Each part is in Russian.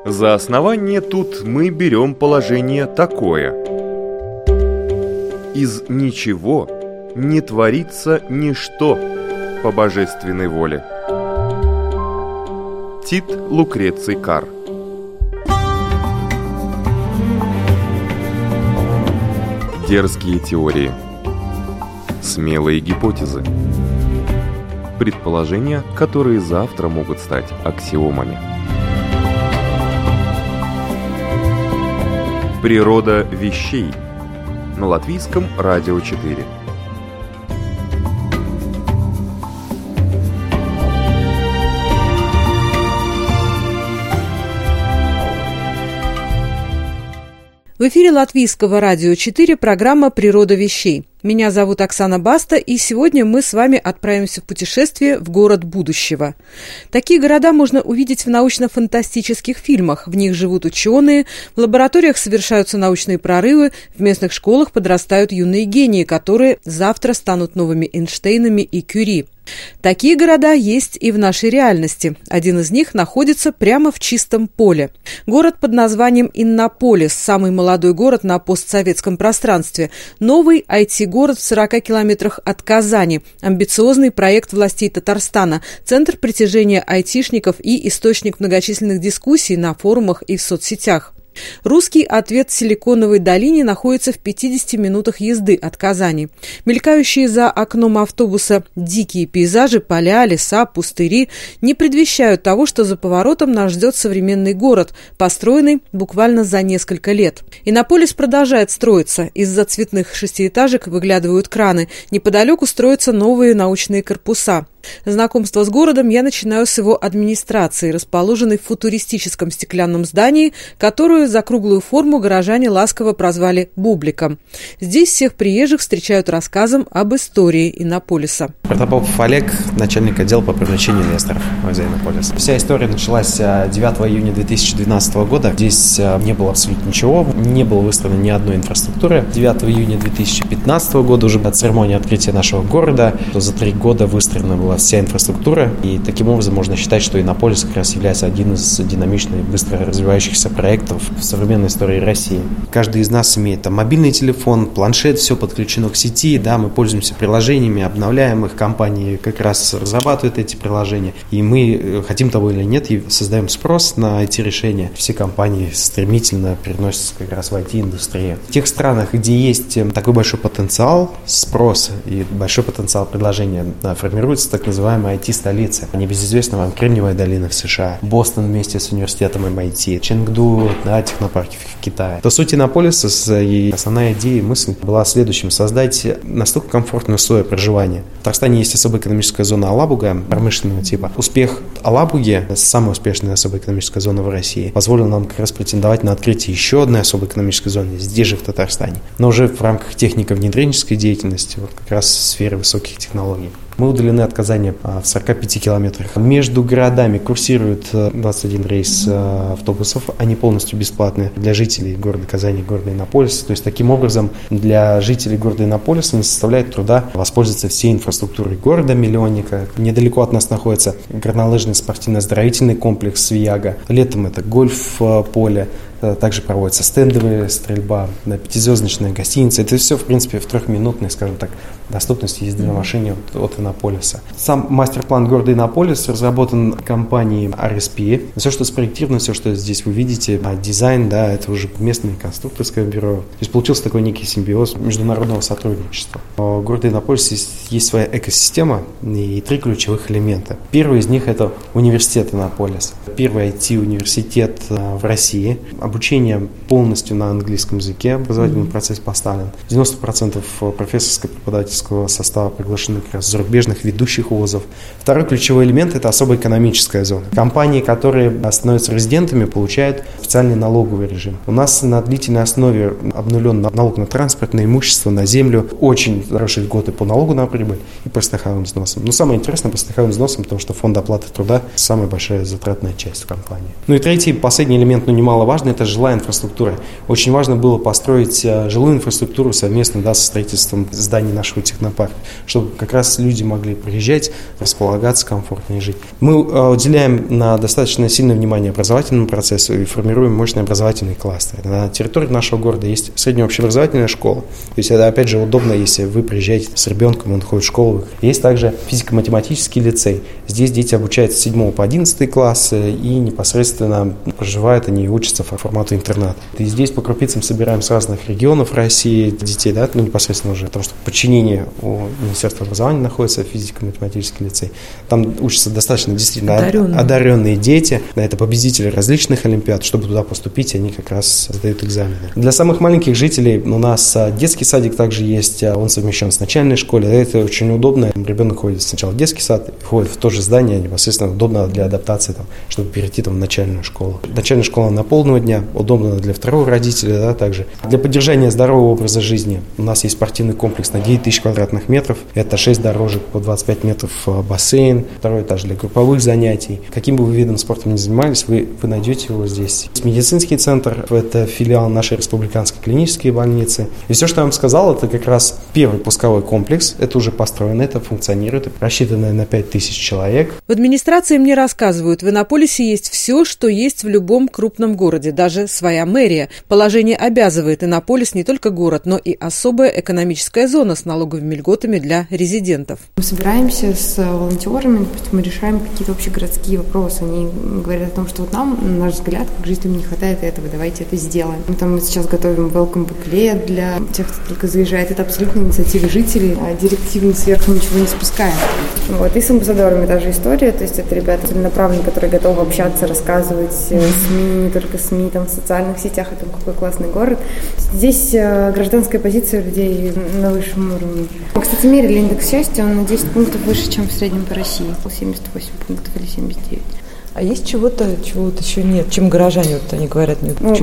За основание тут мы берем положение такое: из ничего не творится ничто по божественной воле. Тит Лукреций Кар. Дерзкие теории, смелые гипотезы, предположения, которые завтра могут стать аксиомами. Природа вещей на Латвийском радио 4. В эфире Латвийского радио 4 программа «Природа вещей». Меня зовут Оксана Баста, и сегодня мы с вами отправимся в путешествие в город будущего. Такие города можно увидеть в научно-фантастических фильмах. В них живут ученые, в лабораториях совершаются научные прорывы, в местных школах подрастают юные гении, которые завтра станут новыми Эйнштейнами и Кюри. Такие города есть и в нашей реальности. Один из них находится прямо в чистом поле. Город под названием Иннополис, самый молодой город на постсоветском пространстве. Новый IT-город в 40 километрах от Казани. Амбициозный проект властей Татарстана. Центр притяжения айтишников и источник многочисленных дискуссий на форумах и в соцсетях. Русский ответ в Силиконовой долине находится в 50 минутах езды от Казани. Мелькающие за окном автобуса дикие пейзажи, поля, леса, пустыри не предвещают того, что за поворотом нас ждет современный город, построенный буквально за несколько лет. Иннополис продолжает строиться. Из-за цветных шестиэтажек выглядывают краны. Неподалеку строятся новые научные корпуса. Знакомство с городом я начинаю с его администрации, расположенной в футуристическом стеклянном здании, которую за круглую форму горожане ласково прозвали «Бубликом». Здесь всех приезжих встречают рассказом об истории Иннополиса. Протопопов Олег, начальник отдела по привлечению инвесторов в Иннополис. Вся история началась 9 июня 2012 года. Здесь не было абсолютно ничего, не было выстроено ни одной инфраструктуры. 9 июня 2015 года уже церемония открытия нашего города. За 3 года выстроена была вся инфраструктура, и таким образом можно считать, что Иннополис как раз является одним из динамичных и быстро развивающихся проектов в современной истории России. Каждый из нас имеет мобильный телефон, планшет, все подключено к сети, да, мы пользуемся приложениями, обновляем их, компании как раз разрабатывают эти приложения, и мы, хотим того или нет, и создаем спрос на эти решения. Все компании стремительно переносятся как раз в IT-индустрию. В тех странах, где есть такой большой потенциал спроса и большой потенциал предложения, формируется так называемая IT-столица. Небезызвестна вам Кремниевая долина в США, Бостон вместе с университетом MIT, Ченгду, да, технопарки в Китае. По сути, Иннополиса и основная идея и мысль была следующим: создать настолько комфортные условия проживания. В Татарстане есть особая экономическая зона Алабуга, промышленного типа. Успех Алабуги, самая успешная особая экономическая зона в России, позволил нам как раз претендовать на открытие еще одной особой экономической зоны здесь же, в Татарстане, но уже в рамках технико-внедренческой деятельности, вот как раз в сфере высоких технологий. Мы удалены от Казани в 45 километрах. Между городами курсирует 21 рейс автобусов. Они полностью бесплатны для жителей города Казани и города Иннополиса. То есть, таким образом, для жителей города Иннополиса не составляет труда воспользоваться всей инфраструктурой города-миллионника. Недалеко от нас находится горнолыжный спортивно-оздоровительный комплекс «Свияга». Летом это гольф-поле. Также проводится стендовая стрельба, пятизвездочная гостиница. Это все, в принципе, в 3-минутной, скажем так, доступности езды на машине от Иннополиса. Сам мастер-план города Иннополис разработан компанией RSP. Все, что спроектировано, все, что здесь вы видите, дизайн, да, это уже местное конструкторское бюро. То есть получился такой некий симбиоз международного сотрудничества. У города Иннополис есть своя экосистема и 3 ключевых элемента. Первый из них – это университет Иннополис. Первый IT-университет в России. Обучение полностью на английском языке, образовательный процесс поставлен. 90% профессорско-преподавательского состава приглашены как раз зарубежных ведущих вузов. Второй ключевой элемент – это особая экономическая зона. Компании, которые становятся резидентами, получают официальный налоговый режим. У нас на длительной основе обнулен налог на транспорт, на имущество, на землю. Очень хорошие льготы по налогу на прибыль и по страховым взносам. Но самое интересное по страховым взносам, потому что фонд оплаты труда – самая большая затратная часть в компании. Ну и третий, последний элемент, но немаловажный, это жилая инфраструктура. Очень важно было построить жилую инфраструктуру совместно, да, со строительством зданий нашего технопарка, чтобы как раз люди могли приезжать, располагаться комфортно и жить. Мы уделяем достаточно сильное внимание образовательному процессу и формируем мощный образовательный кластер. На территории нашего города есть средняя общеобразовательная школа. То есть это, опять же, удобно, если вы приезжаете с ребенком, он ходит в школу. Есть также физико-математический лицей. Здесь дети обучаются с 7 по 11 классы и непосредственно проживают они и учатся по формату интерната. И здесь по крупицам собираем с разных регионов России детей, да, непосредственно уже, потому что подчинение у Министерства образования находится физико-математический лицей. Там учатся достаточно действительно одаренные дети, это победители различных олимпиад. Чтобы туда поступить, они как раз сдают экзамены. Для самых маленьких жителей у нас детский садик также есть, он совмещен с начальной школой. Это очень удобно. Ребенок ходит сначала в детский сад, входит в то же здание, непосредственно удобно для адаптации, чтобы перейти в начальную школу. Начальная школа на полного дня, удобно для второго родителя, да, также. Для поддержания здорового образа жизни у нас есть спортивный комплекс на 9 тысяч квадратных метров. Это 6 дорожек по 25 метров бассейн, второй этаж для групповых занятий. Каким бы вы видом спорта ни занимались, вы найдете его здесь. Медицинский центр, это филиал нашей республиканской клинической больницы. И все, что я вам сказал, это как раз первый пусковой комплекс. Это уже построено, это функционирует, рассчитано на 5000 человек. В администрации мне рассказывают, в Иннополисе есть все, что есть в любом крупном городе, даже своя мэрия. Положение обязывает Иннополис не только город, но и особая экономическая зона с налоговыми льготами для резидентов. Мы собираемся с волонтерами, мы решаем какие-то общегородские вопросы. Они говорят о том, что нам, на наш взгляд, как жителям не хватает этого, давайте это сделаем. Мы сейчас готовим welcome буклет для тех, кто только заезжает. Это абсолютно инициатива жителей, а директивно сверху ничего не спускаем. И с амбассадорами та же история, то есть это ребята целенаправленные, которые готовы общаться, рассказывать СМИ, не только СМИ, в социальных сетях о том, какой классный город. Здесь гражданская позиция людей на высшем уровне. Мы, кстати, мерили индекс счастья, он на 10 пунктов выше, чем в среднем по России. 78 пунктов или 79. А есть чего-то еще нет, чем горожане, они говорят?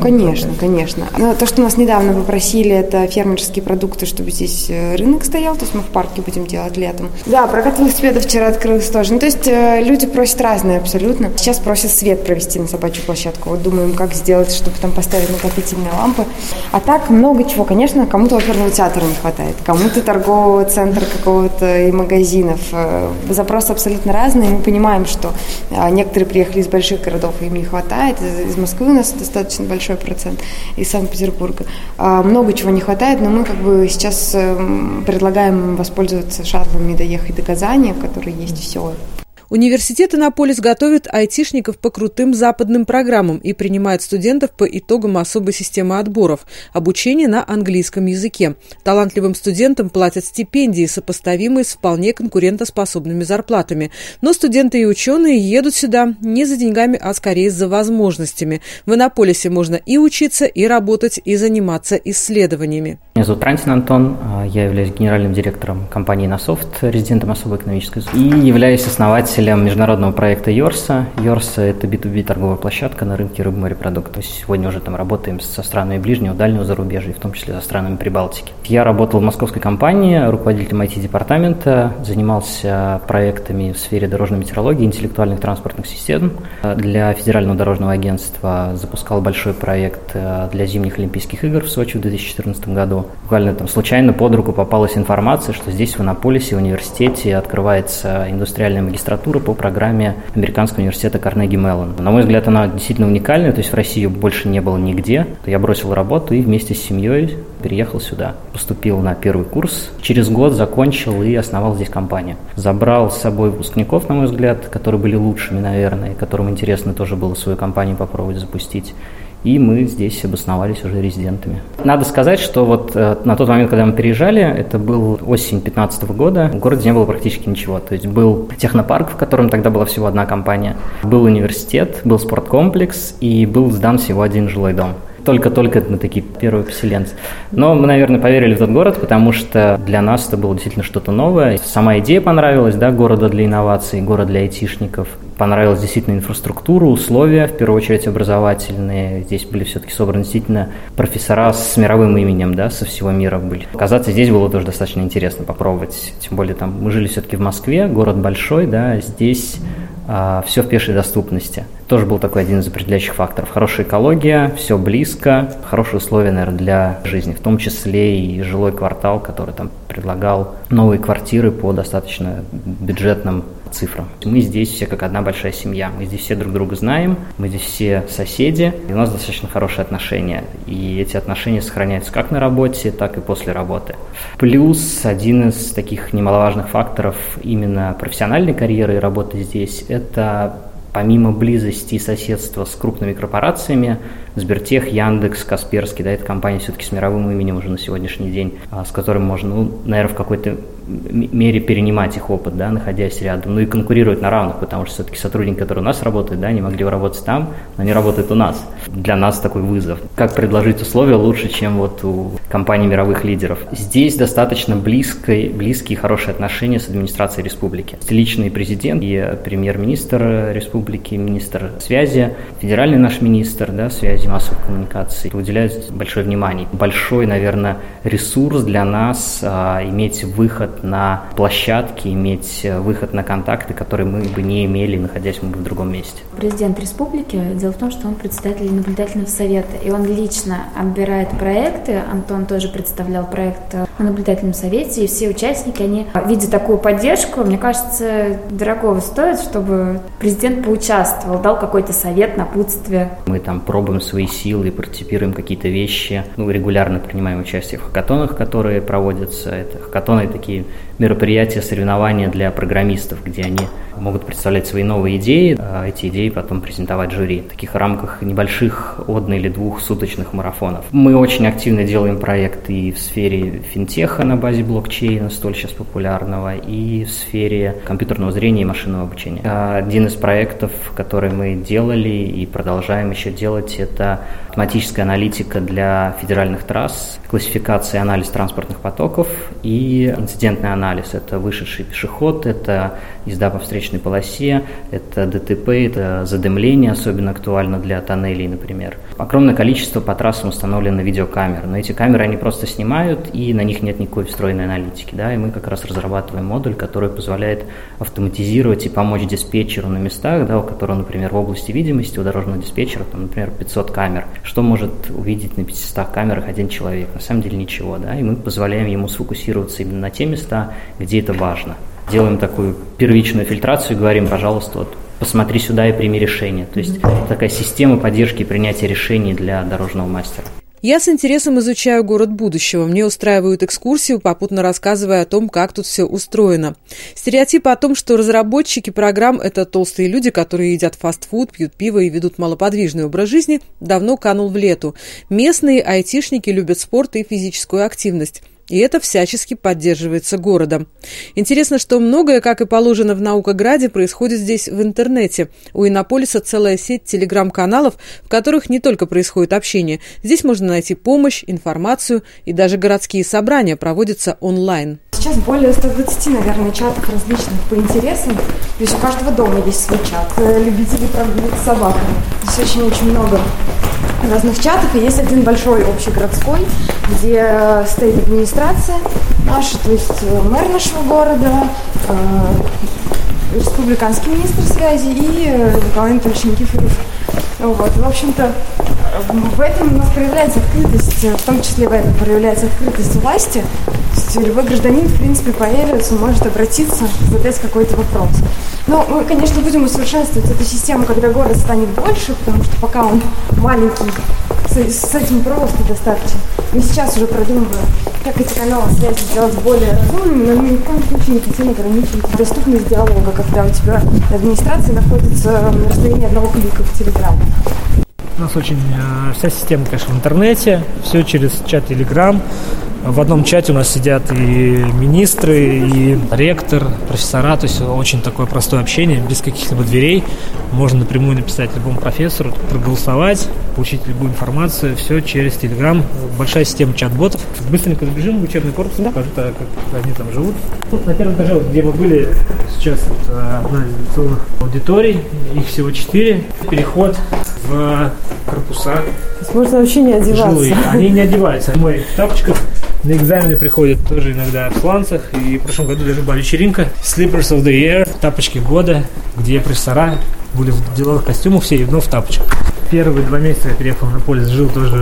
Конечно. Но то, что нас недавно попросили, это фермерские продукты, чтобы здесь рынок стоял, то есть мы в парке будем делать летом. Да, прокат велосипедов вчера открылся тоже. То есть люди просят разные абсолютно. Сейчас просят свет провести на собачью площадку. Думаем, как сделать, чтобы там поставить накопительные лампы. А так много чего. Конечно, кому-то оперного театра не хватает, кому-то торгового центра какого-то и магазинов. Запросы абсолютно разные. Мы понимаем, что некоторые приехали из больших городов, им не хватает. Из Москвы у нас достаточно большой процент, из Санкт-Петербурга. Много чего не хватает, но мы сейчас предлагаем воспользоваться шаттлами и доехать до Казани, в которой есть все. Университет Иннополис готовит айтишников по крутым западным программам и принимает студентов по итогам особой системы отборов, обучение на английском языке. Талантливым студентам платят стипендии, сопоставимые с вполне конкурентоспособными зарплатами. Но студенты и ученые едут сюда не за деньгами, а скорее за возможностями. В Иннополисе можно и учиться, и работать, и заниматься исследованиями. Меня зовут Рантин Антон, я являюсь генеральным директором компании «Инософт», резидентом особой экономической зоны, и являюсь основателем международного проекта Йорса. Йорса – это B2B торговая площадка на рынке рыб и морепродуктов. Сегодня уже там работаем со странами ближнего, дальнего зарубежья, в том числе со странами Прибалтики. Я работал в московской компании, руководителем IT-департамента, занимался проектами в сфере дорожной метеорологии, интеллектуальных транспортных систем. Для Федерального дорожного агентства запускал большой проект для зимних Олимпийских игр в Сочи в 2014 году. Буквально случайно под руку попалась информация, что здесь в Иннополисе, в университете, открывается индустриальная магистратура по программе Американского университета Карнеги Меллон. На мой взгляд, она действительно уникальная, то есть в России больше не было нигде. Я бросил работу и вместе с семьей переехал сюда. Поступил на первый курс, через год закончил и основал здесь компанию. Забрал с собой выпускников, на мой взгляд, которые были лучшими, наверное, которым интересно тоже было свою компанию попробовать запустить. И мы здесь обосновались уже резидентами. Надо сказать, что на тот момент, когда мы переезжали, это был осень 2015 года, в городе не было практически ничего. То есть был технопарк, в котором тогда была всего одна компания, был университет, был спорткомплекс и был сдан всего один жилой дом. Только-только мы такие первые поселенцы. Но мы, наверное, поверили в этот город, потому что для нас это было действительно что-то новое. Сама идея понравилась, города для инноваций, город для айтишников. Понравилась действительно инфраструктура, условия, в первую очередь образовательные. Здесь были все-таки собраны действительно профессора с мировым именем, со всего мира были. Оказаться здесь было тоже достаточно интересно попробовать. Тем более мы жили все-таки в Москве, город большой, здесь все в пешей доступности. Тоже был такой один из определяющих факторов. Хорошая экология, все близко, хорошие условия, наверное, для жизни, в том числе и жилой квартал, который там предлагал новые квартиры по достаточно бюджетным цифрам. Мы здесь все как одна большая семья, мы здесь все друг друга знаем, мы здесь все соседи, и у нас достаточно хорошие отношения. И эти отношения сохраняются как на работе, так и после работы. Плюс один из таких немаловажных факторов именно профессиональной карьеры и работы здесь – это помимо близости и соседства с крупными корпорациями, Сбертех, Яндекс, Касперский, да, это компании все-таки с мировым именем уже на сегодняшний день, с которым можно, наверное, в какой-то мере перенимать их опыт, да, находясь рядом, и конкурировать на равных, потому что все-таки сотрудники, которые у нас работают, да, они могли бы работать там, но они работают у нас. Для нас такой вызов. Как предложить условия лучше, чем вот у компаний мировых лидеров? Здесь достаточно близкие и хорошие отношения с администрацией республики. Личный президент и премьер-министр республики, министр связи, федеральный наш министр, да, связи массовых коммуникаций уделяют большое внимание. Большой, наверное, ресурс для нас иметь выход на площадки, иметь выход на контакты, которые мы бы не имели, находясь в другом месте. Президент республики, дело в том, что он председатель наблюдательного совета, и он лично отбирает проекты. Антон тоже представлял проект на наблюдательном совете, и все участники, они, видя такую поддержку, мне кажется, дорогого стоит, чтобы президент поучаствовал, дал какой-то совет, напутствие. Мы там пробуем свои силы и прототипируем какие-то вещи. Регулярно принимаем участие в хакатонах, которые проводятся. Это хакатоны такие мероприятия, соревнования для программистов, где они могут представлять свои новые идеи, а эти идеи потом презентовать жюри. В таких рамках небольших одно- или двухсуточных марафонов. Мы очень активно делаем проекты и в сфере финтеха на базе блокчейна, столь сейчас популярного, и в сфере компьютерного зрения и машинного обучения. Один из проектов, который мы делали и продолжаем еще делать, это автоматическая аналитика для федеральных трасс, классификация и анализ транспортных потоков и инцидентный анализ. Это вышедший пешеход, это езда по встречной полосе, это ДТП, это задымление, особенно актуально для тоннелей, например. Огромное количество по трассам установлено видеокамер, но эти камеры они просто снимают, и на них нет никакой встроенной аналитики, да, и мы как раз разрабатываем модуль, который позволяет автоматизировать и помочь диспетчеру на местах, да, у которого, например, в области видимости у дорожного диспетчера, там, например, 500 камер. Что может увидеть на 500 камерах один человек? На самом деле ничего, да, и мы позволяем ему сфокусироваться именно на те места, где это важно. Делаем такую первичную фильтрацию и говорим, пожалуйста, вот посмотри сюда и прими решение. То есть такая система поддержки и принятия решений для дорожного мастера. Я с интересом изучаю город будущего. Мне устраивают экскурсию, попутно рассказывая о том, как тут все устроено. Стереотип о том, что разработчики программ – это толстые люди, которые едят фастфуд, пьют пиво и ведут малоподвижный образ жизни, давно канул в лету. Местные айтишники любят спорт и физическую активность. И это всячески поддерживается городом. Интересно, что многое, как и положено в Наукограде, происходит здесь в интернете. У Иннополиса целая сеть телеграм-каналов, в которых не только происходит общение. Здесь можно найти помощь, информацию, и даже городские собрания проводятся онлайн. Сейчас более 120, наверное, чатов различных по интересам. То есть у каждого дома есть свой чат. Любители прогулок с собаками. Здесь очень-очень много разных чатов, и есть один большой общегородской, где стоит администрация наша, то есть мэр нашего города, республиканский министр связи и Николай Анатольевич Никифоров. Вот. В общем-то, в этом у нас проявляется открытость, в том числе в этом проявляется открытость власти. То есть любой гражданин, в принципе, появится, может обратиться, задать какой-то вопрос. Но мы, конечно, будем усовершенствовать эту систему, когда город станет больше, потому что пока он маленький, с этим просто достаточно. Мы сейчас уже продумываем, как эти каналы связи сделать более разумными, но мы ни в коем случае не хотим ограничивать доступность диалога, когда у тебя администрация находится на расстоянии одного клика в Телеграме. У нас очень вся система, конечно, в интернете, все через чат Telegram. В одном чате у нас сидят и министры, и ректор, профессора, то есть очень такое простое общение, без каких-либо дверей. Можно напрямую написать любому профессору, проголосовать, получить любую информацию, все через Telegram. Большая система чат-ботов. Быстренько забежим в учебный корпус, покажу, как они там живут. Тут на первом этаже, где мы были, сейчас одна из лекционных аудиторий, их всего 4. Переход в корпуса. То есть можно вообще не одеваться. Жилые. Они не одеваются. Мы в тапочках На экзамены приходят тоже иногда в сланцах. И в прошлом году даже была вечеринка Slippers of the Year, тапочки года, где профессора были в деловых костюмах все, но в тапочках. Первые 2 месяца я переехал на полис, жил тоже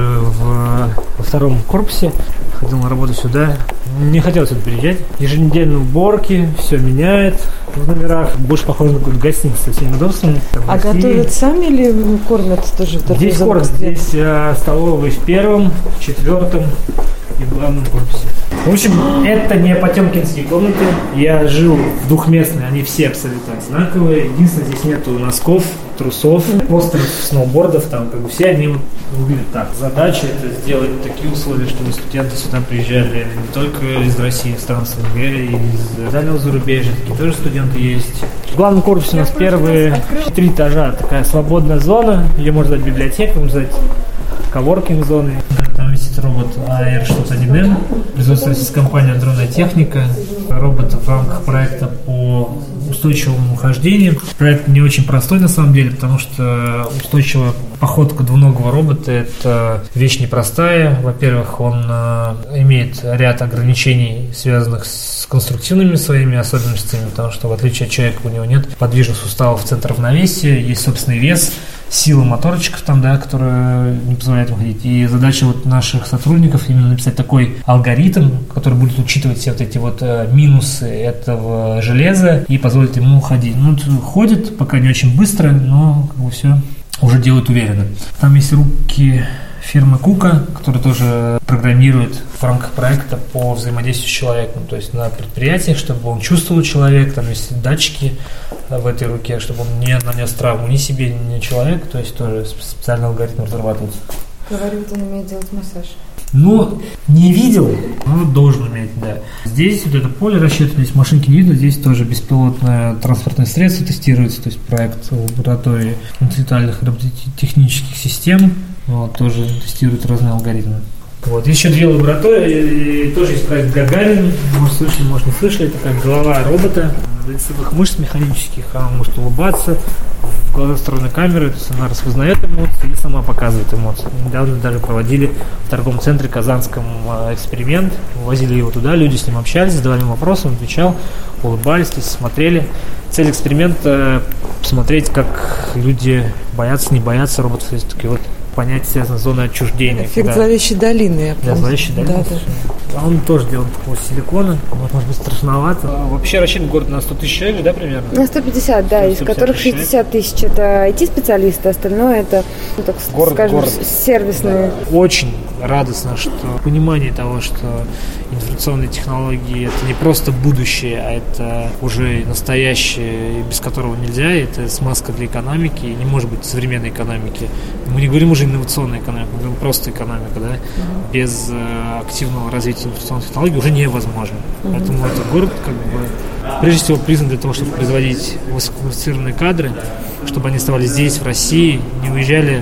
во 2-м корпусе, ходил на работу сюда. Не хотел сюда приезжать. Еженедельные уборки, все меняет в номерах. Больше похоже на какую-то гостиницу со всеми удобствами. А готовят сами или кормят тоже? Здесь кормят. Здесь столовые в 1-м, в 4-м и в главном корпусе. В общем, это не потемкинские комнаты. Я жил в 2-местной, они все абсолютно одинаковые. Единственное, здесь нету носков, трусов, постеров, сноубордов, там как бы все они выглядят так. Задача это сделать такие условия, чтобы студенты сюда приезжали не только из России, стран СНГ, и из дальнего зарубежья, такие тоже студенты есть. В главном корпусе у нас первые 3 этажа, такая свободная зона, ее можно дать библиотеку, можно дать коворкинг-зоны. Там висит робот AR-61M, производство российской компании «Андронная техника». Робот в рамках проекта по устойчивому хождению. Проект не очень простой на самом деле, потому что устойчивая походка двуногого робота – это вещь непростая. Во-первых, он имеет ряд ограничений, связанных с конструктивными своими особенностями, потому что в отличие от человека у него нет подвижных суставов в центре равновесия, есть собственный вес, сила моторчиков там, да, которая не позволяет ему ходить. И задача вот наших сотрудников именно написать такой алгоритм, который будет учитывать все вот эти вот минусы этого железа и позволит ему ходить. Ну, ходит пока не очень быстро, но как бы все уже делают уверенно. Там есть руки фирмы Кука, которая тоже программирует в рамках проекта по взаимодействию с человеком. То есть на предприятиях, чтобы он чувствовал человека, там есть датчики в этой руке, чтобы он не нанес травму ни себе, ни человеку. То есть тоже специальный алгоритм разрабатывается. Говорит, он умеет делать массаж. Ну, не видел, но должен уметь, да. Здесь вот это поле рассчитано, здесь машинки не видно, здесь тоже беспилотное транспортное средство тестируется, то есть проект лаборатории интеллектуальных робототехнических систем, вот, тоже тестируют разные алгоритмы. Вот, еще 2 лаборатории, и тоже есть проект Гагарин, может слышали, может не слышали, это как голова робота, лицевых мышц механических, она может улыбаться, в глаза встроены камеры, то есть она распознает эмоции и сама показывает эмоции. Недавно даже проводили в торговом центре Казанском эксперимент, возили его туда, люди с ним общались, задавали ему вопросы, он отвечал, улыбались, смотрели. Цель эксперимента – посмотреть, как люди боятся, не боятся роботов, то есть такие вот понятие связано с зоной отчуждения. Эффект зловещей долины, я помню. Да, зловещей долины. Да. А он тоже делал такого силикона, может быть страшновато. Вообще рассчитан город на 100 тысяч человек, да, примерно? На 150, да, из которых 60 тысяч это IT-специалисты, остальное это, ну, так скажем, сервисные. Очень радостно, что понимание того, что информационные технологии это не просто будущее, а это уже настоящее, без которого нельзя, это смазка для экономики, и не может быть современной экономики. Мы не говорим уже инновационная экономика, мы говорим просто экономика, да, без активного развития информационных технологий уже невозможно. Поэтому этот город как бы прежде всего признан для того, чтобы производить высококвалифицированные кадры, чтобы они оставались здесь, в России, не уезжали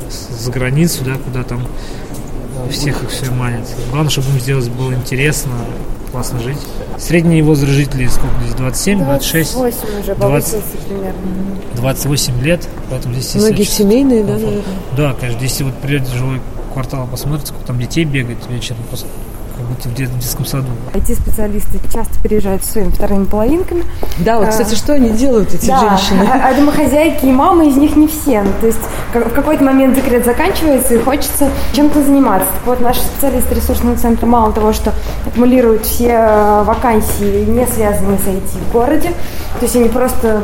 за границу, да, куда там всех их все манят. Главное, чтобы им сделать было интересно, классно жить. Средний возраст жителей сколько здесь? 27, 26? 28 уже, 20, примерно. 28 лет, поэтому здесь... Многие семейные, да, наверное? Да, конечно, если вот придете в жилой квартал, посмотрите, сколько там детей бегает вечером, как будто в детском саду. IT-специалисты часто приезжают со своими вторыми половинками. Да, вот, кстати, что они делают, эти женщины? А домохозяйки и мамы из них не все. То есть в какой-то момент декрет заканчивается и хочется чем-то заниматься. Так вот, наши специалисты ресурсного центра мало того, что аккумулируют все вакансии, не связанные с IT в городе, то есть они просто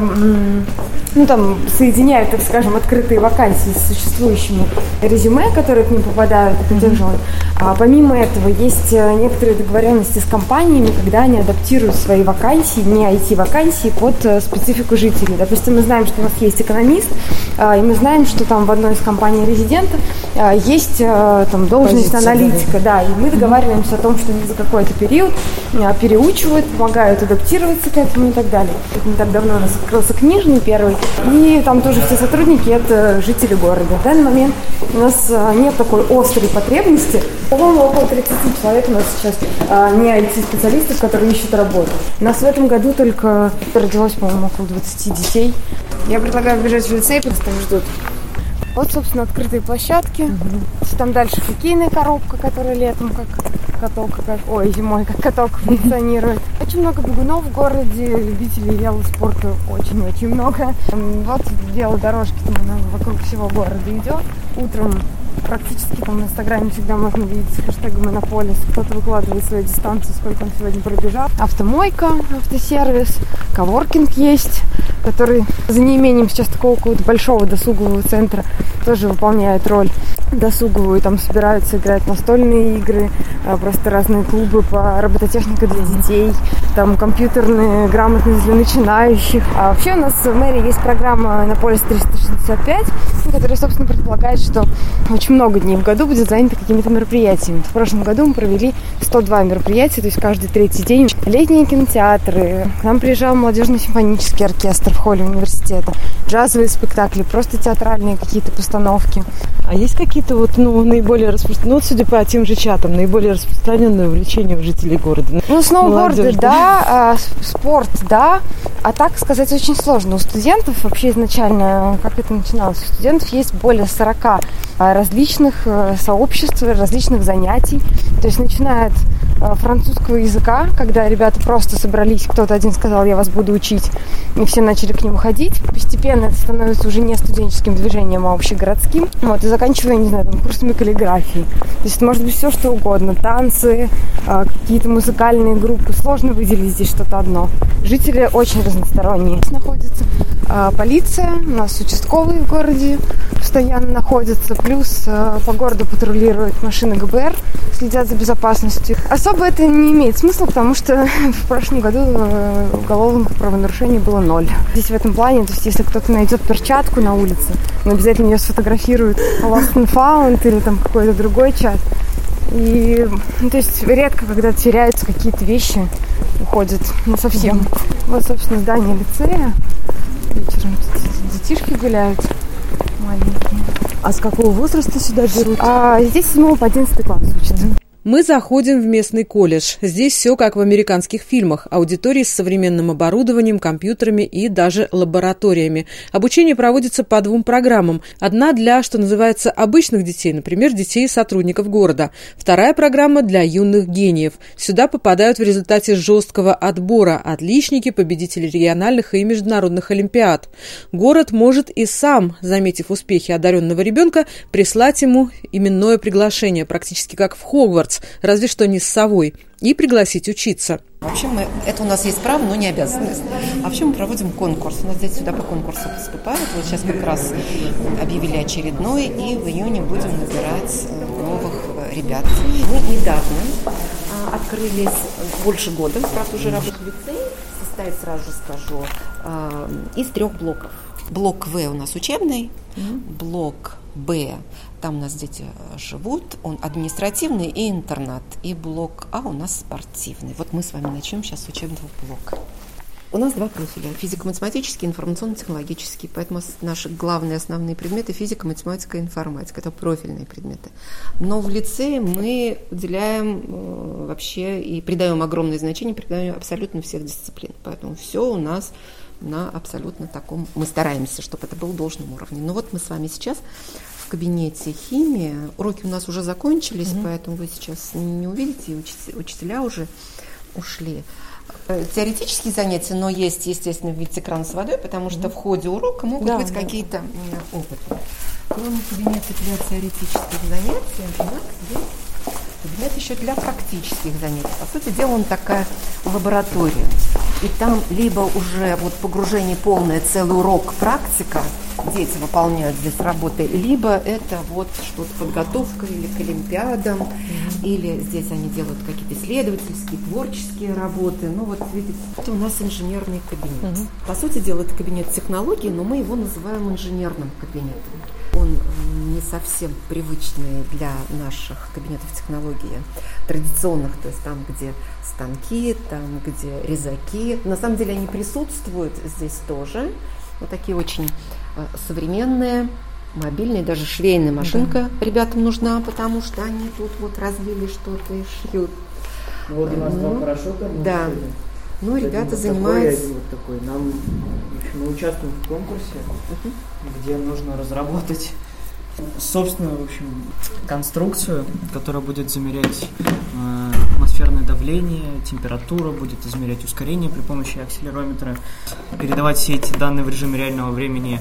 соединяют, так скажем, открытые вакансии с существующими резюме, которые к ним попадают, А помимо этого есть некоторые договоренности с компаниями, когда они адаптируют свои вакансии, не IT-вакансии, под специфику жителей. Допустим, мы знаем, что у нас есть экономист, и мы знаем, что там в одной из компаний резидентов есть там должность аналитика, да, и мы договариваемся о том, что они за какой-то период переучивают, помогают адаптироваться к этому и так далее. Не так давно у нас открылся книжный первый, и там тоже все сотрудники – это жители города. В данный момент у нас нет такой острой потребности. По-моему, около 30 человек у нас сейчас не IT-специалистов, которые ищут работу. У нас в этом году только родилось, по-моему, около 20 детей. Я предлагаю бежать в лицей, потому что там ждут. Вот, собственно, открытые площадки. Там дальше хоккейная коробка, которая летом как каток, зимой как каток функционирует. Очень много бегунов в городе, любителей велоспорта очень-очень много. Вот велодорожки там вокруг всего города идет. Утром практически там в Инстаграме всегда можно видеть с хэштегом Иннополис. Кто-то выкладывает свою дистанцию, сколько он сегодня пробежал. Автомойка, автосервис, коворкинг есть, который за неимением сейчас такого какого-то большого досугового центра тоже выполняет роль досуговую. Там собираются играть настольные игры, просто разные клубы по робототехнике для детей, там компьютерные грамотность для начинающих. А вообще у нас в мэрии есть программа Иннополис 365, которая, собственно, предполагает, что очень много дней в году будет занято какими-то мероприятиями. В прошлом году мы провели 102 мероприятия, то есть каждый третий день. Летние кинотеатры, к нам приезжал молодежный симфонический оркестр в холле университета, джазовые спектакли, просто театральные какие-то постановки. А есть какие-то наиболее распространенные, судя по тем же чатам, наиболее распространенные увлечения у жителей города? Сноуборды, да, спорт, да. А так сказать очень сложно. У студентов вообще изначально, как это начиналось, у студентов есть более 40 различных сообществ, различных занятий. То есть начиная от французского языка, когда ребята просто собрались, кто-то один сказал, я вас буду учить, и все начали к нему ходить. Постепенно это становится уже не студенческим движением, а общегородским. И заканчивая, не знаю, курсами каллиграфии. То есть это может быть все, что угодно. Танцы, какие-то музыкальные группы. Сложно выделить здесь что-то одно. Жители очень разносторонние находятся. Полиция, у нас участковые в городе постоянно находятся. Плюс по городу патрулируют машины ГБР, следят за безопасностью. Особо это не имеет смысла, потому что в прошлом году уголовных правонарушений было 0. Здесь в этом плане, то есть если кто-то найдет перчатку на улице, он обязательно ее сфотографирует. Lost and Found или там какой-то другой чат. И, то есть редко, когда теряются какие-то вещи, уходят совсем. Вот, собственно, здание лицея. Вечером детишки гуляют маленькие. А с какого возраста сюда берут? Здесь с 7 по 11 класс учат. Мы заходим в местный колледж. Здесь все как в американских фильмах. Аудитории с современным оборудованием, компьютерами и даже лабораториями. Обучение проводится по 2 программам. Одна для, что называется, обычных детей, например, детей сотрудников города. Вторая программа для юных гениев. Сюда попадают в результате жесткого отбора отличники, победители региональных и международных олимпиад. Город может и сам, заметив успехи одаренного ребенка, прислать ему именное приглашение, практически как в Хогвартс, разве что не с совой, и пригласить учиться. Вообще это у нас есть право, но не обязанность. Вообще мы проводим конкурс. У нас дети сюда по конкурсу поступают. Вот сейчас как раз объявили очередной, и в июне будем набирать новых ребят. Мы недавно открылись, больше года, правда, уже работает лицей. Состоит, сразу же скажу, из 3 блоков. Блок В у нас учебный, блок Б, там у нас дети живут, он административный и интернат, и блок А у нас спортивный. Вот мы с вами начнем сейчас с учебного блока. У нас 2 профиля – физико-математический и информационно-технологический, поэтому наши главные основные предметы – физика, математика и информатика, это профильные предметы. Но в лицее мы уделяем вообще и придаем огромное значение, придаем абсолютно всех дисциплин, поэтому все у нас на абсолютно таком, мы стараемся, чтобы это было должном уровне. Но вот мы с вами сейчас в кабинете химии, уроки у нас уже закончились, поэтому вы сейчас не увидите, и учителя уже ушли. Теоретические занятия, но есть, естественно, видите, экран с водой, потому что в ходе урока могут быть какие-то опыты. Кроме кабинета для теоретических занятий, у нас есть кабинет еще для практических занятий. По сути дела, он такая лаборатория. И там либо уже вот погружение полное, целый урок, практика, дети выполняют здесь работы, либо это вот что-то подготовка или к олимпиадам, или здесь они делают какие-то исследовательские, творческие работы. Ну вот видите, это у нас инженерный кабинет. По сути дела, это кабинет технологий, но мы его называем инженерным кабинетом. Он не совсем привычный для наших кабинетов технологии традиционных, то есть там, где станки, там, где резаки. На самом деле они присутствуют здесь тоже. Вот такие очень современные, мобильные, даже швейная машинка ребятам нужна, потому что они тут вот разбили что-то и шьют. Вот у нас 2 парашюта. Да. Ну, ребята занимаются... Мы участвуем в конкурсе, где нужно разработать собственную, в общем, конструкцию, которая будет замерять атмосферное давление, температуру, будет измерять ускорение при помощи акселерометра, передавать все эти данные в режиме реального времени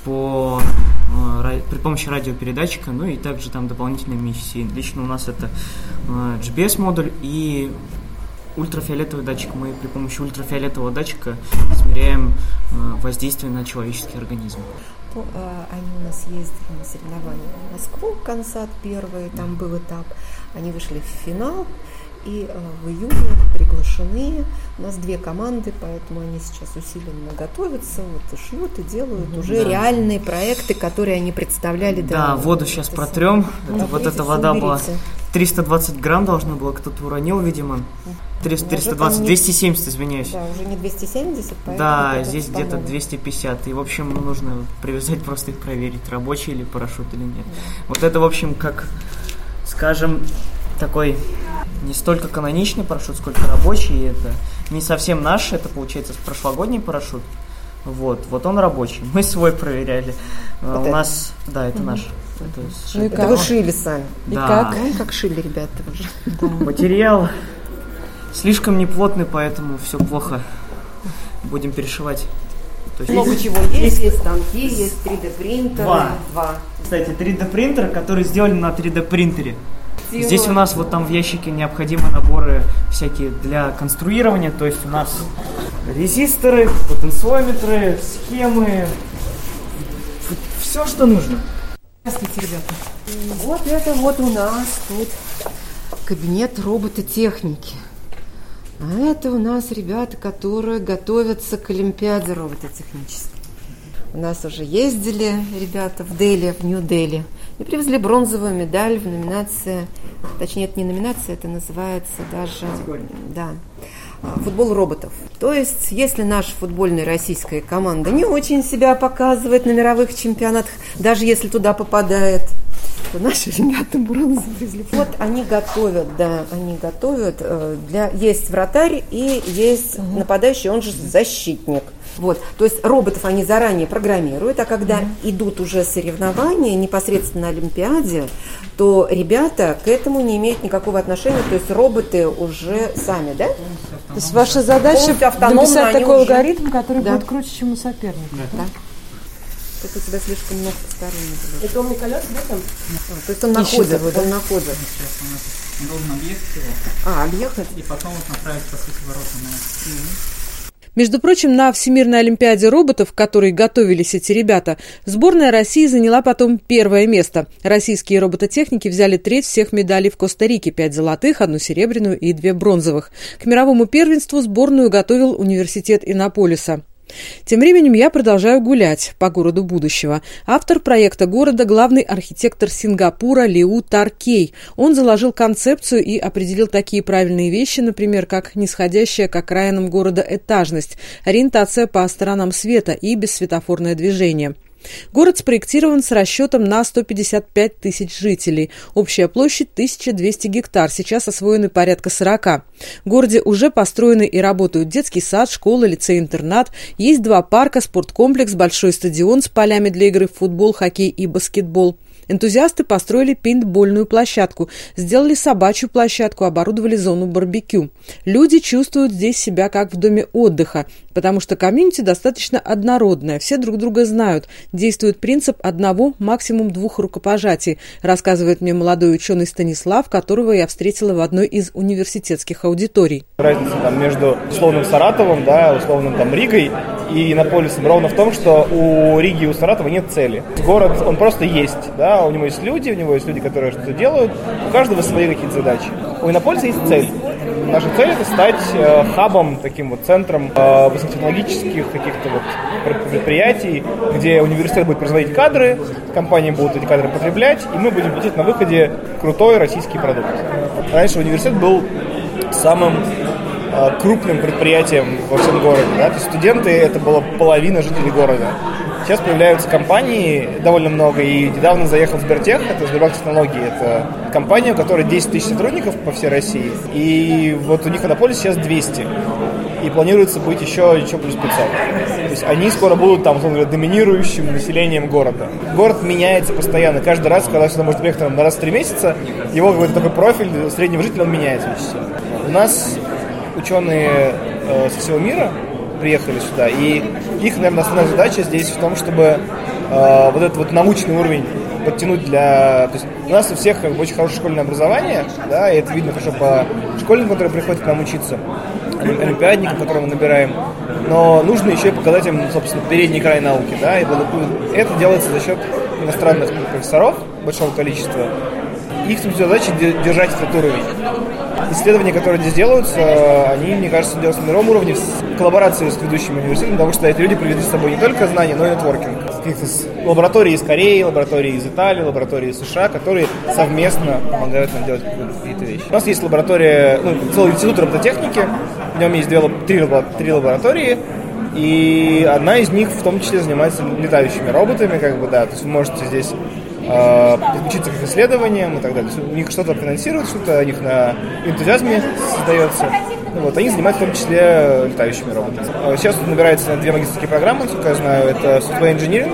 при помощи радиопередатчика, ну и также там дополнительные миссии. Лично у нас это GPS-модуль и ультрафиолетовый датчик. Мы при помощи ультрафиолетового датчика измеряем воздействие на человеческий организм. Они у нас ездили на соревнования в Москву, Консат первый, там был этап. Они вышли в финал, и в июне приглашены. У нас 2 команды, поэтому они сейчас усиленно готовятся, вот, и шьют, и делают уже реальные проекты, которые они представляли. Да, воду сейчас протрем. Вот эта вода была 320 грамм должна была, кто-то уронил, видимо. 270, извиняюсь. Да, уже не 270, поэтому... Да, здесь где-то 250. И, в общем, нужно привязать, просто их проверить, рабочий ли парашют или нет. Да. Вот это, в общем, как, скажем, такой не столько каноничный парашют, сколько рабочий. Это не совсем наш, это, получается, прошлогодний парашют. Вот он рабочий. Мы свой проверяли. Вот у нас, да, это наш. Ну и как? Это вы шили сами. Да. И как? Ну, как шили ребята уже. Да. Материал слишком неплотный, поэтому все плохо. Будем перешивать. То есть много чего есть станки, есть 3D-принтеры. Два. Кстати, 3D-принтер, который сделали на 3D-принтере. Здесь у нас вот там в ящике необходимы наборы всякие для конструирования, то есть у нас резисторы, потенциометры, схемы, все, что нужно. Здравствуйте, ребята. Вот это вот у нас тут кабинет робототехники. А это у нас ребята, которые готовятся к Олимпиаде робототехнической. У нас уже ездили ребята в Дели, в Нью-Дели, и привезли бронзовую медаль в номинации, точнее, это не номинация, это называется даже, да, футбол роботов. То есть, если наша футбольная российская команда не очень себя показывает на мировых чемпионатах, даже если туда попадает, то наши ребята бронзу привезли. Вот они готовят, есть вратарь и есть нападающий, он же защитник. Вот, то есть роботов они заранее программируют, а когда идут уже соревнования непосредственно на Олимпиаде, то ребята к этому не имеют никакого отношения, то есть роботы уже сами, да? То есть ваша задача написать такой алгоритм, который будет круче, чем у соперника. Да. Это у тебя слишком много посторонних. Это он не колеса, да, там? То есть он находит. Сейчас у нас должен объехать его. Объехать? И потом вот направить, по сути, ворота. Между прочим, на Всемирной Олимпиаде роботов, к которой готовились эти ребята, сборная России заняла потом 1 место. Российские робототехники взяли треть всех медалей в Коста-Рике: 5 золотых, 1 серебряную и 2 бронзовых. К мировому первенству сборную готовил университет Иннополиса. Тем временем я продолжаю гулять по городу будущего. Автор проекта города – главный архитектор Сингапура Лиу Тар Кей. Он заложил концепцию и определил такие правильные вещи, например, как нисходящая к окраинам города этажность, ориентация по сторонам света и бессветофорное движение. Город спроектирован с расчетом на 155 тысяч жителей. Общая площадь 1200 гектар, сейчас освоены порядка 40. В городе уже построены и работают детский сад, школа, лицей-интернат. Есть 2 парка, спорткомплекс, большой стадион с полями для игры в футбол, хоккей и баскетбол. Энтузиасты построили пейнтбольную площадку, сделали собачью площадку, оборудовали зону барбекю. Люди чувствуют здесь себя как в доме отдыха, потому что комьюнити достаточно однородное, все друг друга знают. Действует принцип 1, максимум 2 рукопожатий, рассказывает мне молодой ученый Станислав, которого я встретила в одной из университетских аудиторий. Разница между условным Саратовом, условным Ригой и Иннополисом ровно в том, что у Риги и у Саратова нет цели. Город, он просто есть, у него есть люди, которые что-то делают, у каждого свои какие-то задачи. У Иннополиса есть цель. Наша цель – это стать хабом, таким центром высокотехнологических каких-то предприятий, где университет будет производить кадры, компании будут эти кадры потреблять, и мы будем получить на выходе крутой российский продукт. Раньше университет был самым крупным предприятием во всем городе. То есть студенты – это была половина жителей города. Сейчас появляются компании довольно много, и недавно заехал в Сбертех, это Сбербанк Технологии, это компания, у которой 10 тысяч сотрудников по всей России, и вот у них в Иннополисе сейчас 200. и планируется быть еще плюс 500. То есть они скоро будут там, условно говоря, доминирующим населением города. Город меняется постоянно. Каждый раз, когда сюда может приехать на раз в 3 месяца, его какой-то такой профиль среднего жителя, он меняется очень сильно. У нас ученые со всего мира приехали сюда, и их, наверное, основная задача здесь в том, чтобы вот этот вот научный уровень подтянуть для... То есть у нас у всех очень хорошее школьное образование, да, и это видно хорошо по школьникам, которые приходят к нам учиться, олимпиадникам, которые мы набираем, но нужно еще и показать им, собственно, передний край науки, да, и это делается за счет иностранных профессоров, большого количества. Их задача держать этот уровень. Исследования, которые здесь делаются, они, мне кажется, делаются на мировом уровне в коллаборации с ведущими университетами, потому что эти люди привезли с собой не только знания, но и нетворкинг. Каких-то лаборатории из Кореи, лаборатории из Италии, лаборатории из США, которые совместно помогают нам делать какие-то вещи. У нас есть лаборатория, целый институт робототехники, в нем есть три лаборатории, и одна из них в том числе занимается летающими роботами, то есть вы можете здесь подключиться к исследованиям и так далее. У них что-то финансируют, что-то у них на энтузиазме создается. Они занимаются в том числе летающими роботами. Сейчас тут набирается на 2 магистерские программы, насколько я знаю. Это Software Engineering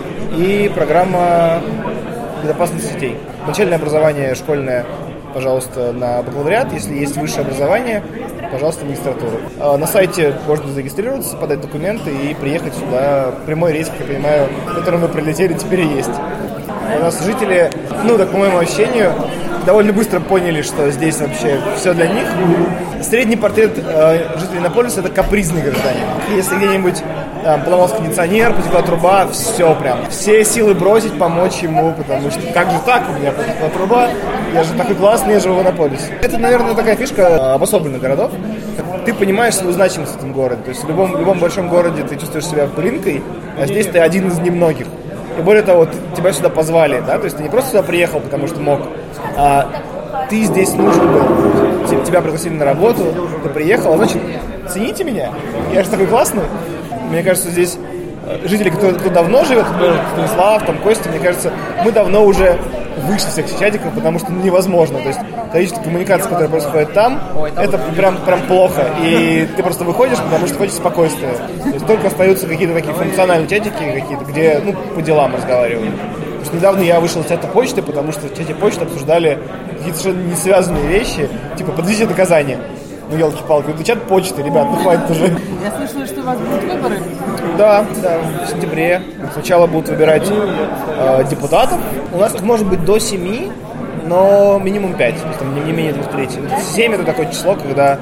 и программа безопасности сетей. Начальное образование школьное, пожалуйста, на бакалавриат. Если есть высшее образование, пожалуйста, магистратуру. На сайте можно зарегистрироваться, подать документы и приехать сюда. Прямой рейс, как я понимаю, в котором мы прилетели, теперь и есть. У нас жители, так по моему ощущению, довольно быстро поняли, что здесь вообще все для них. Средний портрет жителей Иннополиса – это капризный гражданин. Если где-нибудь поломался кондиционер, потекла труба, все силы бросить, помочь ему, потому что как же так, у меня потекла труба, я же такой классный, я живу в Иннополисе. Это, наверное, такая фишка обособленных городов. Ты понимаешь свою значимость в этом городе. То есть в любом большом городе ты чувствуешь себя пылинкой, а здесь ты один из немногих. И более того, тебя сюда позвали, да, то есть ты не просто сюда приехал, потому что мог, а ты здесь нужен был, тебя пригласили на работу, ты приехал, значит, цените меня, я же такой классный. Мне кажется, здесь жители, кто давно живет, Станислав, Костя, мне кажется, мы давно уже вышли всех чатиков, потому что невозможно. То есть количество коммуникаций, которые происходят там, это прям плохо. И ты просто выходишь, потому что хочешь спокойствия. То есть только остаются какие-то такие функциональные чатики, где по делам разговаривают. Потому что недавно я вышел из чата почты, потому что в чате почты обсуждали какие-то совершенно несвязанные вещи, типа подведите доказания. Елки-палки, это чат почты, ребят, хватит уже. Я слышала, что у вас будут выборы. Да, в сентябре. Сначала будут выбирать депутатов. У нас их может быть до 7, но минимум 5, не менее 2/3. 7 это такое число, когда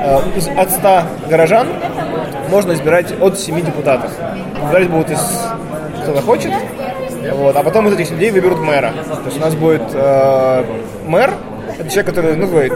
от 100 горожан можно избирать от 7 депутатов. Выбирать будут из кто захочет, а потом из этих людей выберут мэра. То есть у нас будет мэр. Это человек, который,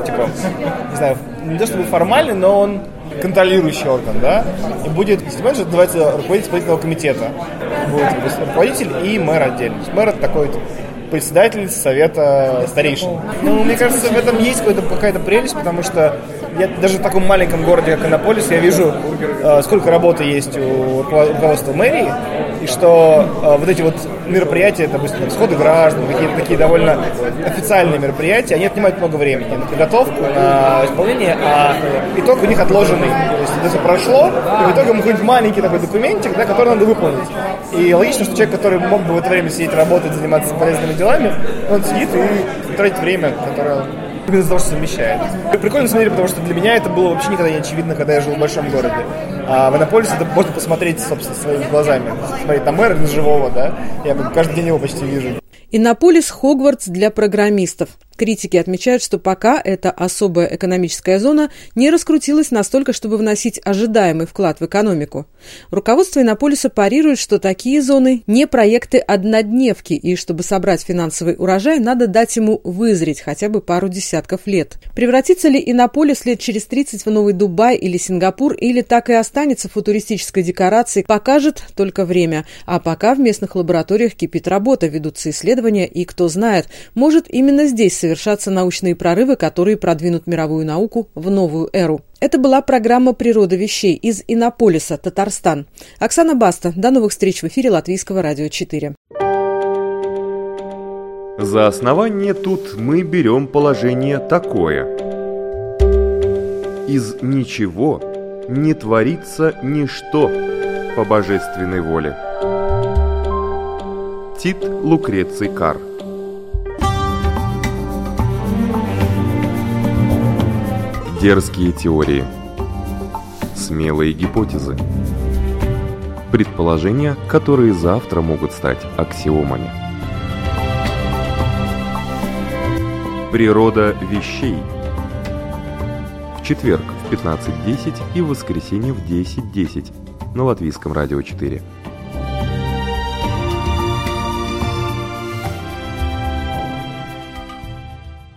не знаю, не то чтобы формальный, но он контролирующий орган, да, и будет, если понимаешь, это называется руководитель исполнительного комитета. Будет руководитель и мэр отдельно. Мэр это такой председатель совета старейшин. Мне кажется, в этом есть какая-то прелесть, потому что я даже в таком маленьком городе, как Иннополис, я вижу, сколько работы есть у руководства мэрии, и что вот эти вот мероприятия, допустим, сходы граждан, какие-то такие довольно официальные мероприятия, они отнимают много времени на подготовку, на исполнение, а итог у них отложенный. То есть это прошло, и в итоге какой-нибудь маленький такой документик, да, который надо выполнить. И логично, что человек, который мог бы в это время сидеть, работать, заниматься полезными делами, он сидит и тратит время, которое из-за того, что совмещает. Прикольно, на самом деле, потому что для меня это было вообще никогда не очевидно, когда я жил в большом городе. А в Иннополисе это можно посмотреть, собственно, своими глазами. Смотреть там мэра живого, да, я каждый день его почти вижу. Иннополис – Хогвартс для программистов. Критики отмечают, что пока эта особая экономическая зона не раскрутилась настолько, чтобы вносить ожидаемый вклад в экономику. Руководство Иннополиса парирует, что такие зоны не проекты-однодневки, и чтобы собрать финансовый урожай, надо дать ему вызреть хотя бы пару десятков лет. Превратится ли Иннополис лет через 30 в новый Дубай или Сингапур, или так и останется футуристической декорацией, покажет только время. А пока в местных лабораториях кипит работа, ведутся исследования, и, кто знает, может именно здесь совершаться научные прорывы, которые продвинут мировую науку в новую эру. Это была программа «Природа вещей» из Иннополиса, Татарстан. Оксана Баста. До новых встреч в эфире Латвийского радио 4. За основание тут мы берем положение такое. Из ничего Не творится ничто по божественной воле. Тит Лукреций Кар. Дерзкие теории. Смелые гипотезы. Предположения, которые завтра могут стать аксиомами. Природа вещей. В четверг в 15:10 и в воскресенье в 10:10 на Латвийском радио 4.